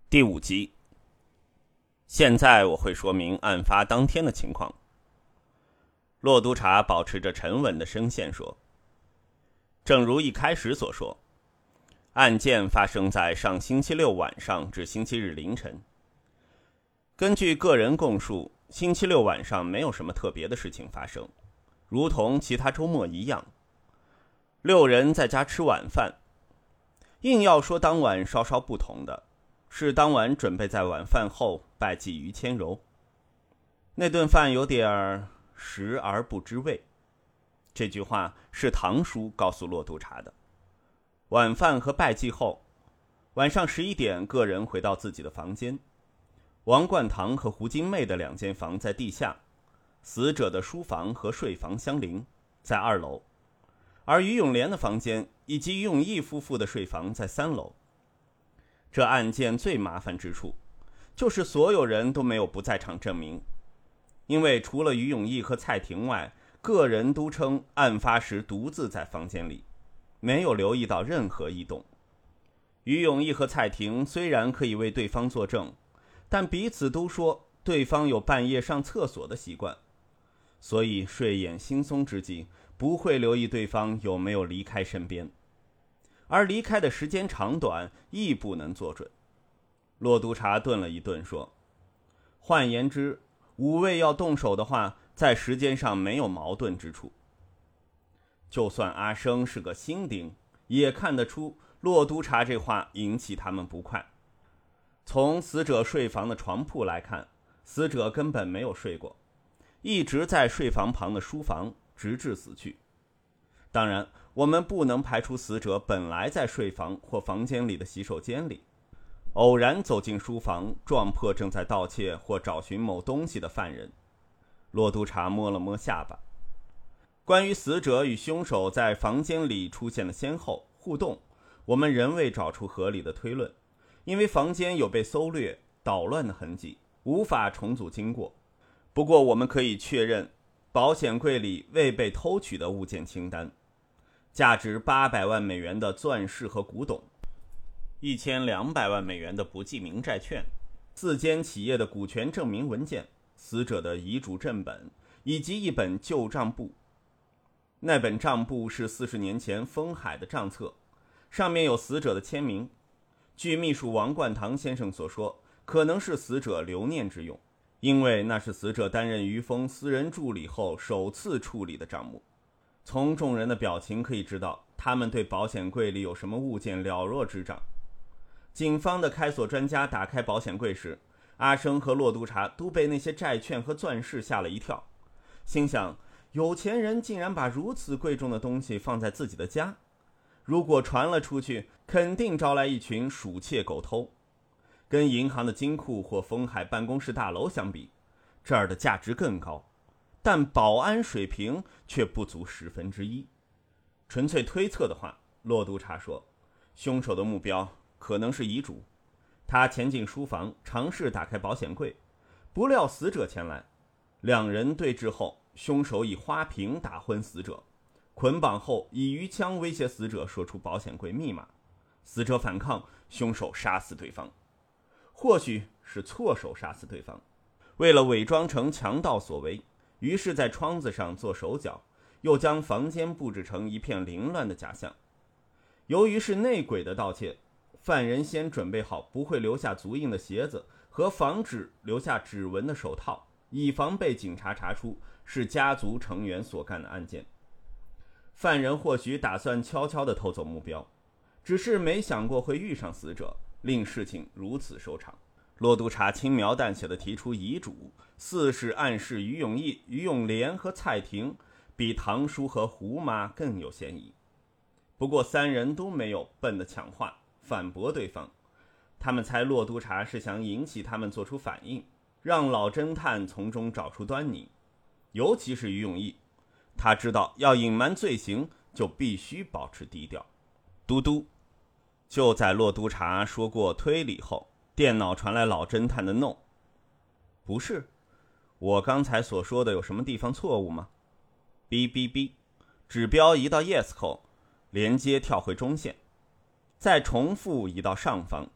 第5集。现在我会说明案发当天的情况。骆督察保持着沉稳的声线说，正如一开始所说，案件发生在上星期六晚上至星期日凌晨。根据个人供述，星期六晚上没有什么特别的事情发生，如同其他周末一样。6人在家吃晚饭，硬要说当晚稍稍不同的是当晚准备在晚饭后拜祭于谦柔。那顿饭有点食而不知味，这句话是堂叔告诉骆督察的。晚饭和拜祭后，晚上11点个人回到自己的房间。王冠堂和胡金妹的2间房在地下，死者的书房和睡房相邻，在2楼，而于永莲的房间以及于永义夫妇的睡房在3楼。这案件最麻烦之处，就是所有人都没有不在场证明，因为除了于永义和蔡婷外，个人都称案发时独自在房间里，没有留意到任何异动。于永义和蔡婷虽然可以为对方作证，但彼此都说对方有半夜上厕所的习惯，所以睡眼惺忪之际，不会留意对方有没有离开身边。而离开的时间长短亦不能做准。骆督察顿了一顿说，换言之，5位要动手的话，在时间上没有矛盾之处。就算阿生是个新丁，也看得出骆督察这话引起他们不快。从死者睡房的床铺来看，死者根本没有睡过，一直在睡房旁的书房，直至死去。当然，我们不能排除死者本来在睡房或房间里的洗手间里，偶然走进书房，撞破正在盗窃或找寻某东西的犯人。骆督察摸了摸下巴。关于死者与凶手在房间里出现的先后互动，我们仍未找出合理的推论，因为房间有被搜掠、捣乱的痕迹，无法重组经过。不过我们可以确认，保险柜里未被偷取的物件清单，价值800万美元的钻石和古董，1200万美元的不记名债券，4间企业的股权证明文件，死者的遗嘱正本，以及一本旧账簿。那本账簿是40年前丰海的账册，上面有死者的签名。据秘书王冠堂先生所说，可能是死者留念之用，因为那是死者担任于峰私人助理后首次处理的账目。从众人的表情可以知道，他们对保险柜里有什么物件了若指掌。警方的开锁专家打开保险柜时，阿生和骆督察都被那些债券和钻石吓了一跳，心想有钱人竟然把如此贵重的东西放在自己的家，如果传了出去，肯定招来一群鼠窃狗偷。跟银行的金库或丰海办公室大楼相比，这儿的价值更高，但保安水平却不足1/10。纯粹推测的话，骆督察说，凶手的目标可能是遗嘱。他潜进书房，尝试打开保险柜，不料死者前来，2人对峙后，凶手以花瓶打昏死者，捆绑后以鱼枪威胁死者说出保险柜密码。死者反抗，凶手杀死对方，或许是错手杀死对方。为了伪装成强盗所为，于是在窗子上做手脚，又将房间布置成一片凌乱的假象。由于是内鬼的盗窃，犯人先准备好不会留下足印的鞋子和防止留下指纹的手套，以防被警察查出是家族成员所干的案件。犯人或许打算悄悄地偷走目标，只是没想过会遇上死者，令事情如此收场。骆督察轻描淡写地提出遗嘱，似是暗示于永义、于永莲和蔡婷比堂叔和胡妈更有嫌疑。不过3人都没有笨的抢话反驳对方，他们猜骆督察是想引起他们做出反应，让老侦探从中找出端倪。尤其是于永义，他知道要隐瞒罪行就必须保持低调。嘟嘟，就在骆督察说过推理后，电脑传来老侦探的 no。 不是，我刚才所说的有什么地方错误吗？哔哔哔，指标移到 yes 后，连接跳回中线，再重复移到上方，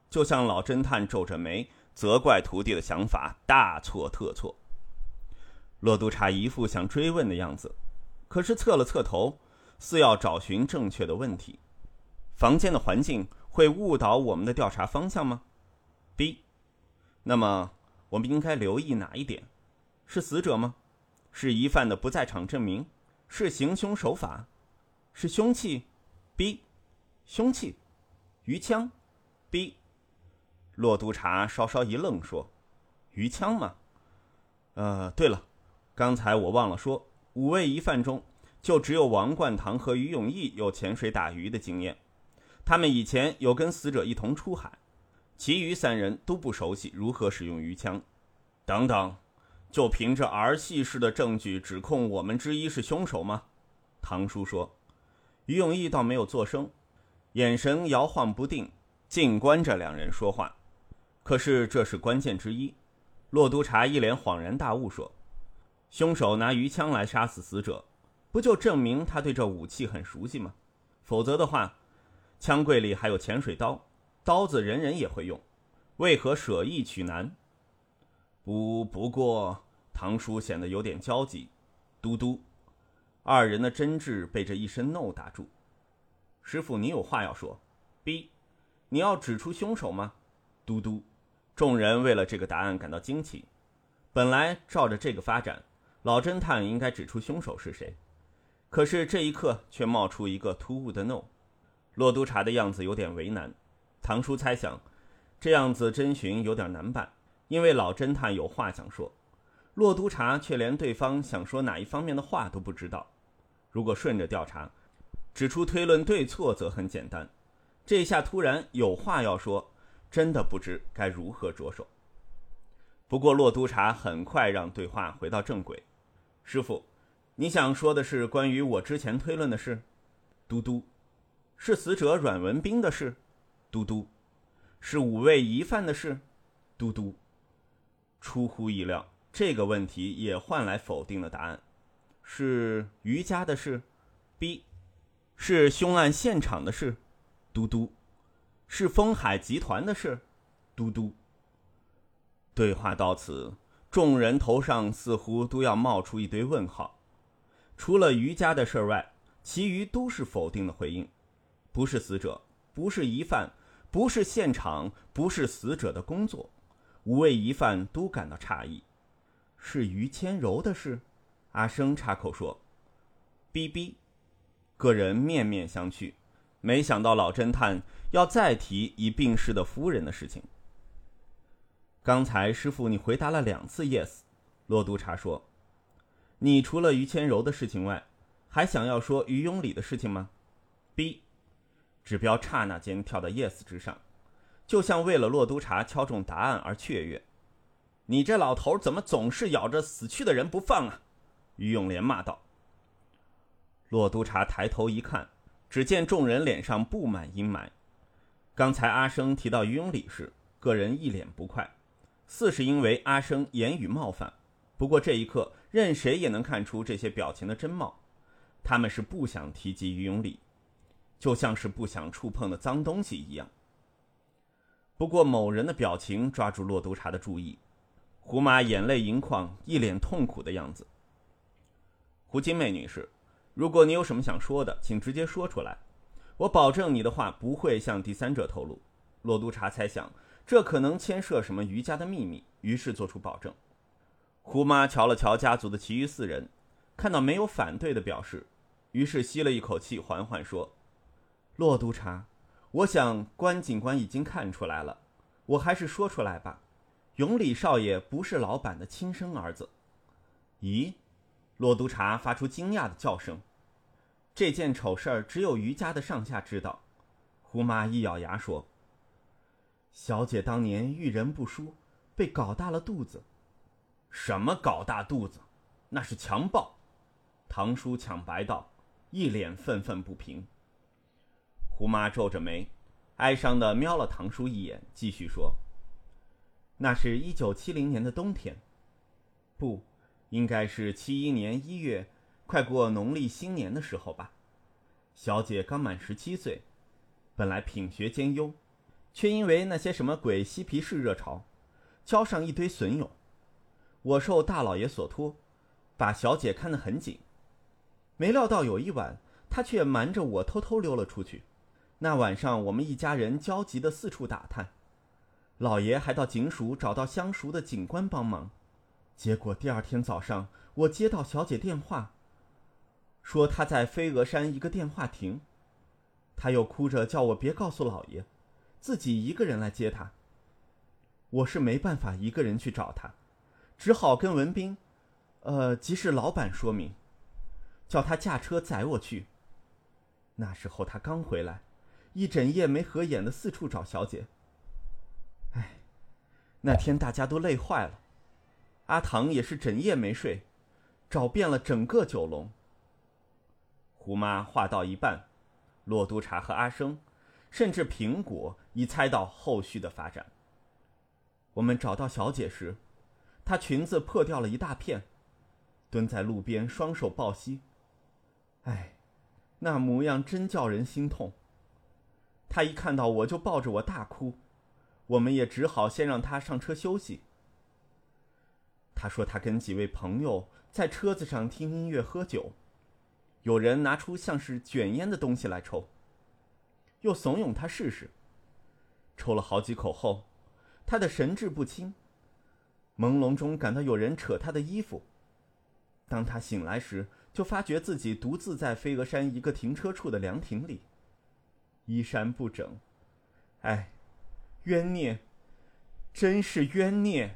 就像老侦探皱着眉责怪徒弟的想法大错特错。骆督察一副想追问的样子，可是侧了侧头，似要找寻正确的问题。房间的环境会误导我们的调查方向吗？ B。 那么我们应该留意哪一点？是死者吗？是疑犯的不在场证明？是行凶手法？是凶器？ B。 凶器？鱼枪？ B。 骆督察稍稍一愣说，鱼枪吗？对了，刚才我忘了说，5位疑犯中就只有王冠堂和于永义有潜水打鱼的经验，他们以前有跟死者一同出海，其余3人都不熟悉如何使用鱼枪。等等，就凭着儿戏式的证据指控我们之一是凶手吗？唐叔说。于永义倒没有作声，眼神摇晃不定，静观着2人说话。可是这是关键之一。骆督察一脸恍然大悟说，凶手拿鱼枪来杀死死者，不就证明他对这武器很熟悉吗？否则的话，枪柜里还有潜水刀，刀子人人也会用，为何舍易取难？不过唐叔显得有点焦急。嘟嘟，2人的争执被这一声 no 打住。师傅，你有话要说。 B。 你要指出凶手吗？嘟嘟。众人为了这个答案感到惊奇。本来照着这个发展，老侦探应该指出凶手是谁，可是这一刻却冒出一个突兀的 no。 骆督察的样子有点为难。唐叔猜想，这样子侦询有点难办，因为老侦探有话想说，骆督察却连对方想说哪一方面的话都不知道。如果顺着调查，指出推论对错则很简单，这下突然有话要说，真的不知该如何着手。不过骆督察很快让对话回到正轨。师傅，你想说的是关于我之前推论的事？嘟嘟。是死者阮文斌的事？嘟嘟。是5位疑犯的事？嘟嘟。出乎意料，这个问题也换来否定的答案。是于家的事？ B。 是凶案现场的事？嘟嘟。是丰海集团的事？嘟嘟。对话到此，众人头上似乎都要冒出一堆问号。除了于家的事外，其余都是否定的回应。不是死者，不是疑犯，不是现场，不是死者的工作。5位疑犯都感到诧异。是于谦柔的事？阿生插口说。哔哔。个人面面相觑，没想到老侦探要再提已病逝的夫人的事情。刚才师傅你回答了2次 yes。 骆督察说，你除了于谦柔的事情外，还想要说于永礼的事情吗？ B。 指标刹那间跳到 yes 之上，就像为了骆督察敲中答案而雀跃。你这老头怎么总是咬着死去的人不放啊？于永莲骂道。骆督察抬头一看，只见众人脸上布满阴霾。刚才阿生提到于永礼时，个人一脸不快，似是因为阿生言语冒犯。不过这一刻，任谁也能看出这些表情的真貌，他们是不想提及于永礼，就像是不想触碰的脏东西一样。不过某人的表情抓住骆督察的注意，胡妈眼泪盈眶，一脸痛苦的样子。胡金妹女士，如果你有什么想说的，请直接说出来，我保证你的话不会向第三者透露。骆督察猜想这可能牵涉什么于家的秘密，于是做出保证。胡妈瞧了瞧家族的其余4人，看到没有反对的表示，于是吸了一口气，缓缓说，骆督察，我想关警官已经看出来了，我还是说出来吧，永礼少爷不是老板的亲生儿子。咦？骆督察发出惊讶的叫声。这件丑事儿只有于家的上下知道。胡妈一咬牙说，小姐当年遇人不淑，被搞大了肚子。什么搞大肚子？那是强暴。唐叔抢白道，一脸愤愤不平。胡妈皱着眉，哀伤地瞄了唐叔一眼，继续说，那是1970年的冬天，不，应该是71年1月，快过农历新年的时候吧。小姐刚满17岁，本来品学兼优， 却因为那些什么鬼嬉皮士热潮，交上一堆损友。我受大老爷所托，把小姐看得很紧。没料到有一晚，她却瞒着我偷偷溜了出去。那晚上我们一家人焦急地四处打探，老爷还到警署找到相熟的警官帮忙。结果第二天早上，我接到小姐电话，说她在飞鹅山一个电话亭。她又哭着叫我别告诉老爷，自己一个人来接她。我是没办法一个人去找她，只好跟文斌，即是老板说明，叫他驾车载我去。那时候他刚回来，一整夜没合眼的四处找小姐。那天大家都累坏了，阿唐也是整夜没睡，找遍了整个九龙。胡妈话到一半，骆督察和阿生，甚至苹果已猜到后续的发展。我们找到小姐时，她裙子破掉了一大片，蹲在路边双手抱膝。那模样真叫人心痛。她一看到我就抱着我大哭，我们也只好先让她上车休息。她说她跟几位朋友在车子上听音乐喝酒，有人拿出像是卷烟的东西来抽，又怂恿她试试。抽了好几口后，她的神志不清，朦胧中感到有人扯她的衣服。当她醒来时，就发觉自己独自在飞鹅山一个停车处的凉亭里，衣衫不整。冤孽，真是冤孽。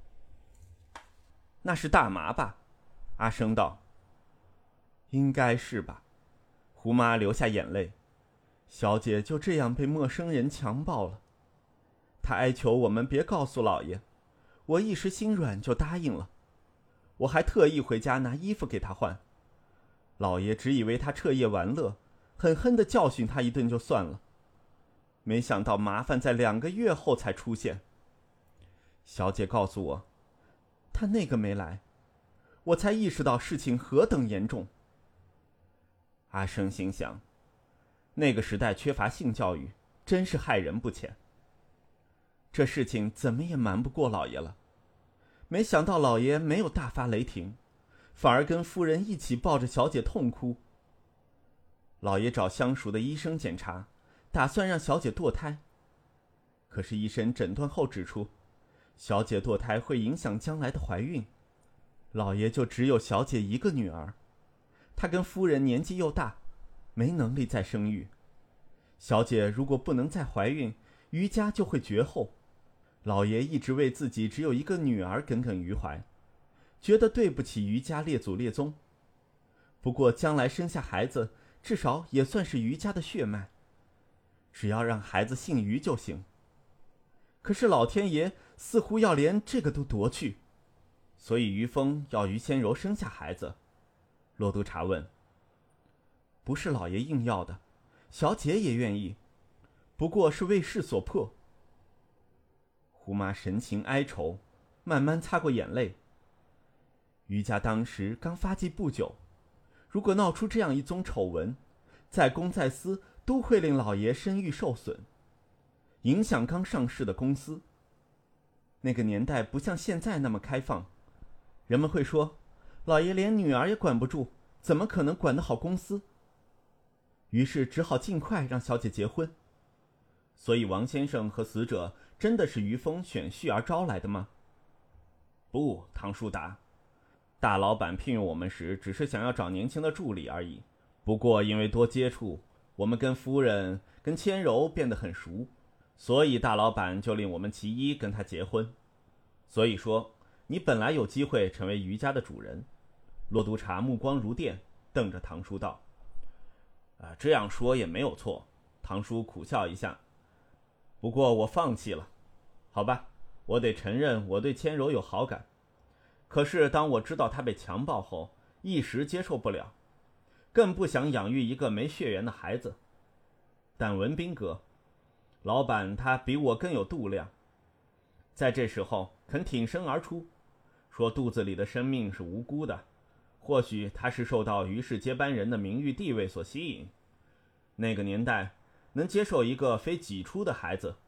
那是大麻吧？阿生道。应该是吧。胡妈流下眼泪，小姐就这样被陌生人强暴了。她哀求我们别告诉老爷，我一时心软就答应了。我还特意回家拿衣服给她换。老爷只以为她彻夜玩乐，狠狠地教训她一顿就算了，没想到麻烦在2个月后才出现。小姐告诉我，她那个没来，我才意识到事情何等严重。阿生心想，那个时代缺乏性教育，真是害人不浅。这事情怎么也瞒不过老爷了。没想到老爷没有大发雷霆，反而跟夫人一起抱着小姐痛哭。老爷找相熟的医生检查，打算让小姐堕胎。可是医生诊断后指出，小姐堕胎会影响将来的怀孕。老爷就只有小姐一个女儿，他跟夫人年纪又大，没能力再生育。小姐如果不能再怀孕，余家就会绝后。老爷一直为自己只有一个女儿耿耿于怀，觉得对不起余家列祖列宗。不过将来生下孩子，至少也算是余家的血脉，只要让孩子姓余就行。可是老天爷似乎要连这个都夺去，所以余峰要余仙柔生下孩子。骆督察问：不是老爷硬要的，小姐也愿意，不过是为势所迫。胡妈神情哀愁，慢慢擦过眼泪。余家当时刚发迹不久，如果闹出这样一宗丑闻，在公在私都会令老爷声誉受损，影响刚上市的公司。那个年代不像现在那么开放，人们会说，老爷连女儿也管不住，怎么可能管得好公司？于是只好尽快让小姐结婚。所以王先生和死者真的是余峰选婿而招来的吗？不，唐叔达，大老板聘用我们时只是想要找年轻的助理而已。不过因为多接触，我们跟夫人跟千柔变得很熟，所以大老板就令我们其一跟他结婚。所以说你本来有机会成为余家的主人。骆督察目光如电，瞪着唐叔道：这样说也没有错。唐叔苦笑一下，不过我放弃了。好吧，我得承认我对千柔有好感，可是当我知道她被强暴后，一时接受不了，更不想养育一个没血缘的孩子。但文斌哥，老板他比我更有度量，在这时候肯挺身而出，说肚子里的生命是无辜的，或许他是受到余氏接班人的名誉地位所吸引。那个年代能接受一个非己出的孩子，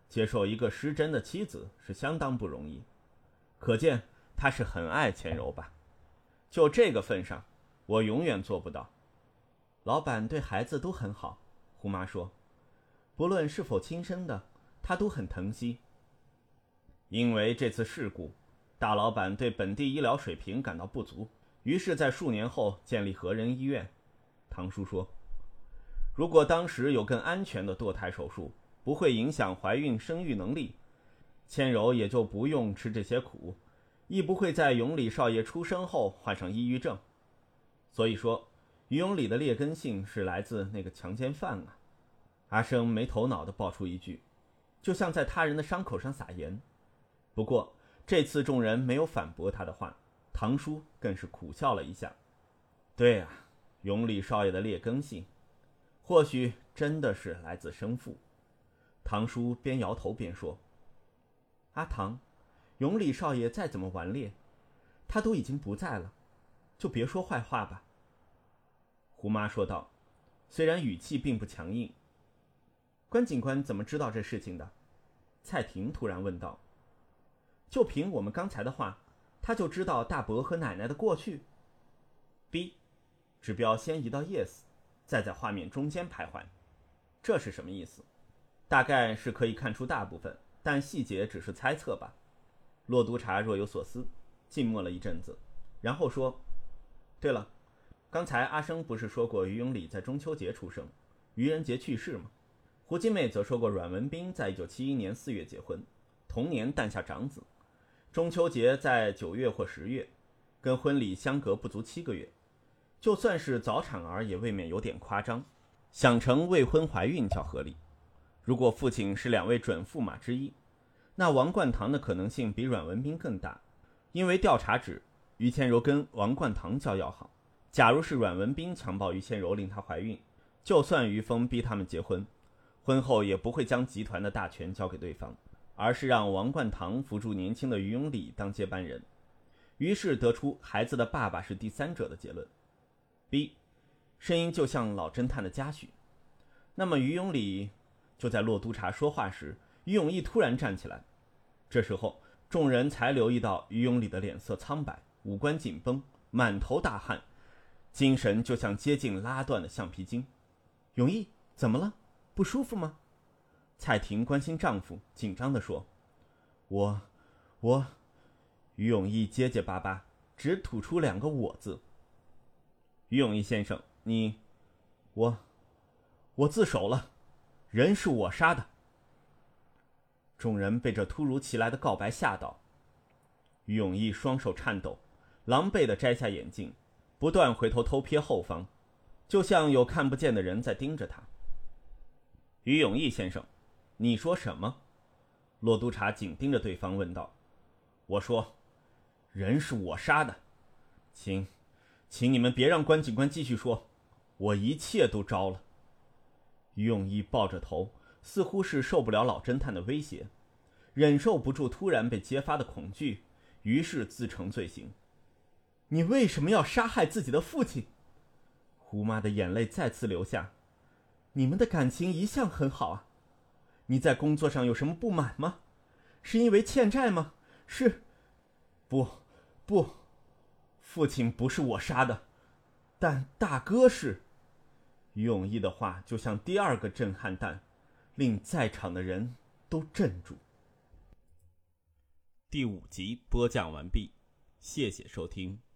接受一个失贞的妻子是相当不容易，可见他是很爱千柔吧？就这个份上，我永远做不到。老板对孩子都很好，胡妈说，不论是否亲生的，他都很疼惜。因为这次事故，大老板对本地医疗水平感到不足，于是在数年后建立和仁医院。唐叔说，如果当时有更安全的堕胎手术，不会影响怀孕生育能力，千柔也就不用吃这些苦，亦不会在永礼少爷出生后患上抑郁症。所以说，于永礼的劣根性是来自那个强奸犯啊。阿生没头脑地爆出一句，就像在他人的伤口上撒盐。不过这次众人没有反驳他的话，唐叔更是苦笑了一下。对啊，永礼少爷的劣根性或许真的是来自生父。唐叔边摇头边说，阿唐，永礼少爷再怎么顽劣，他都已经不在了，就别说坏话吧。胡妈说道，虽然语气并不强硬。关警官怎么知道这事情的？蔡婷突然问道。就凭我们刚才的话，他就知道大伯和奶奶的过去。B， 指标先移到 yes， 再在画面中间徘徊。这是什么意思？大概是可以看出大部分，但细节只是猜测吧。骆督察若有所思，静默了一阵子，然后说，对了，刚才阿生不是说过于永礼在中秋节出生，愚人节去世吗？胡金妹则说过阮文斌在1971年4月结婚，同年诞下长子，中秋节在9月或10月，跟婚礼相隔不足7个月。就算是早产儿也未免有点夸张，想成未婚怀孕较合理。如果父亲是2位准驸马之一，那王冠堂的可能性比阮文斌更大，因为调查指于千柔跟王冠堂交要好。假如是阮文斌强暴于千柔令她怀孕，就算于峰逼他们结婚，婚后也不会将集团的大权交给对方，而是让王冠堂扶助年轻的于永礼当接班人，于是得出孩子的爸爸是第三者的结论。B， 声音就像老侦探的嘉许。那么于永礼就在骆督察说话时，于永义突然站起来，这时候众人才留意到于永礼的脸色苍白，五官紧绷，满头大汗，精神就像接近拉断的橡皮筋。永义，怎么了？不舒服吗？蔡婷关心丈夫，紧张地说，我……于永义结结巴巴，只吐出2个我字。于永义先生，我自首了，人是我杀的。众人被这突如其来的告白吓到，于永义双手颤抖，狼狈地摘下眼镜，不断回头偷瞥后方，就像有看不见的人在盯着他。于永义先生，你说什么？骆督察紧盯着对方问道。我说，人是我杀的，请你们别让关警官继续说，我一切都招了。于永义抱着头，似乎是受不了老侦探的威胁，忍受不住突然被揭发的恐惧，于是自承罪行。你为什么要杀害自己的父亲？胡妈的眼泪再次流下。你们的感情一向很好啊，你在工作上有什么不满吗？是因为欠债吗？是……不，父亲不是我杀的，但大哥是。于永义的话就像第2个震撼弹，令在场的人都镇住。 第5集播讲完毕，谢谢收听。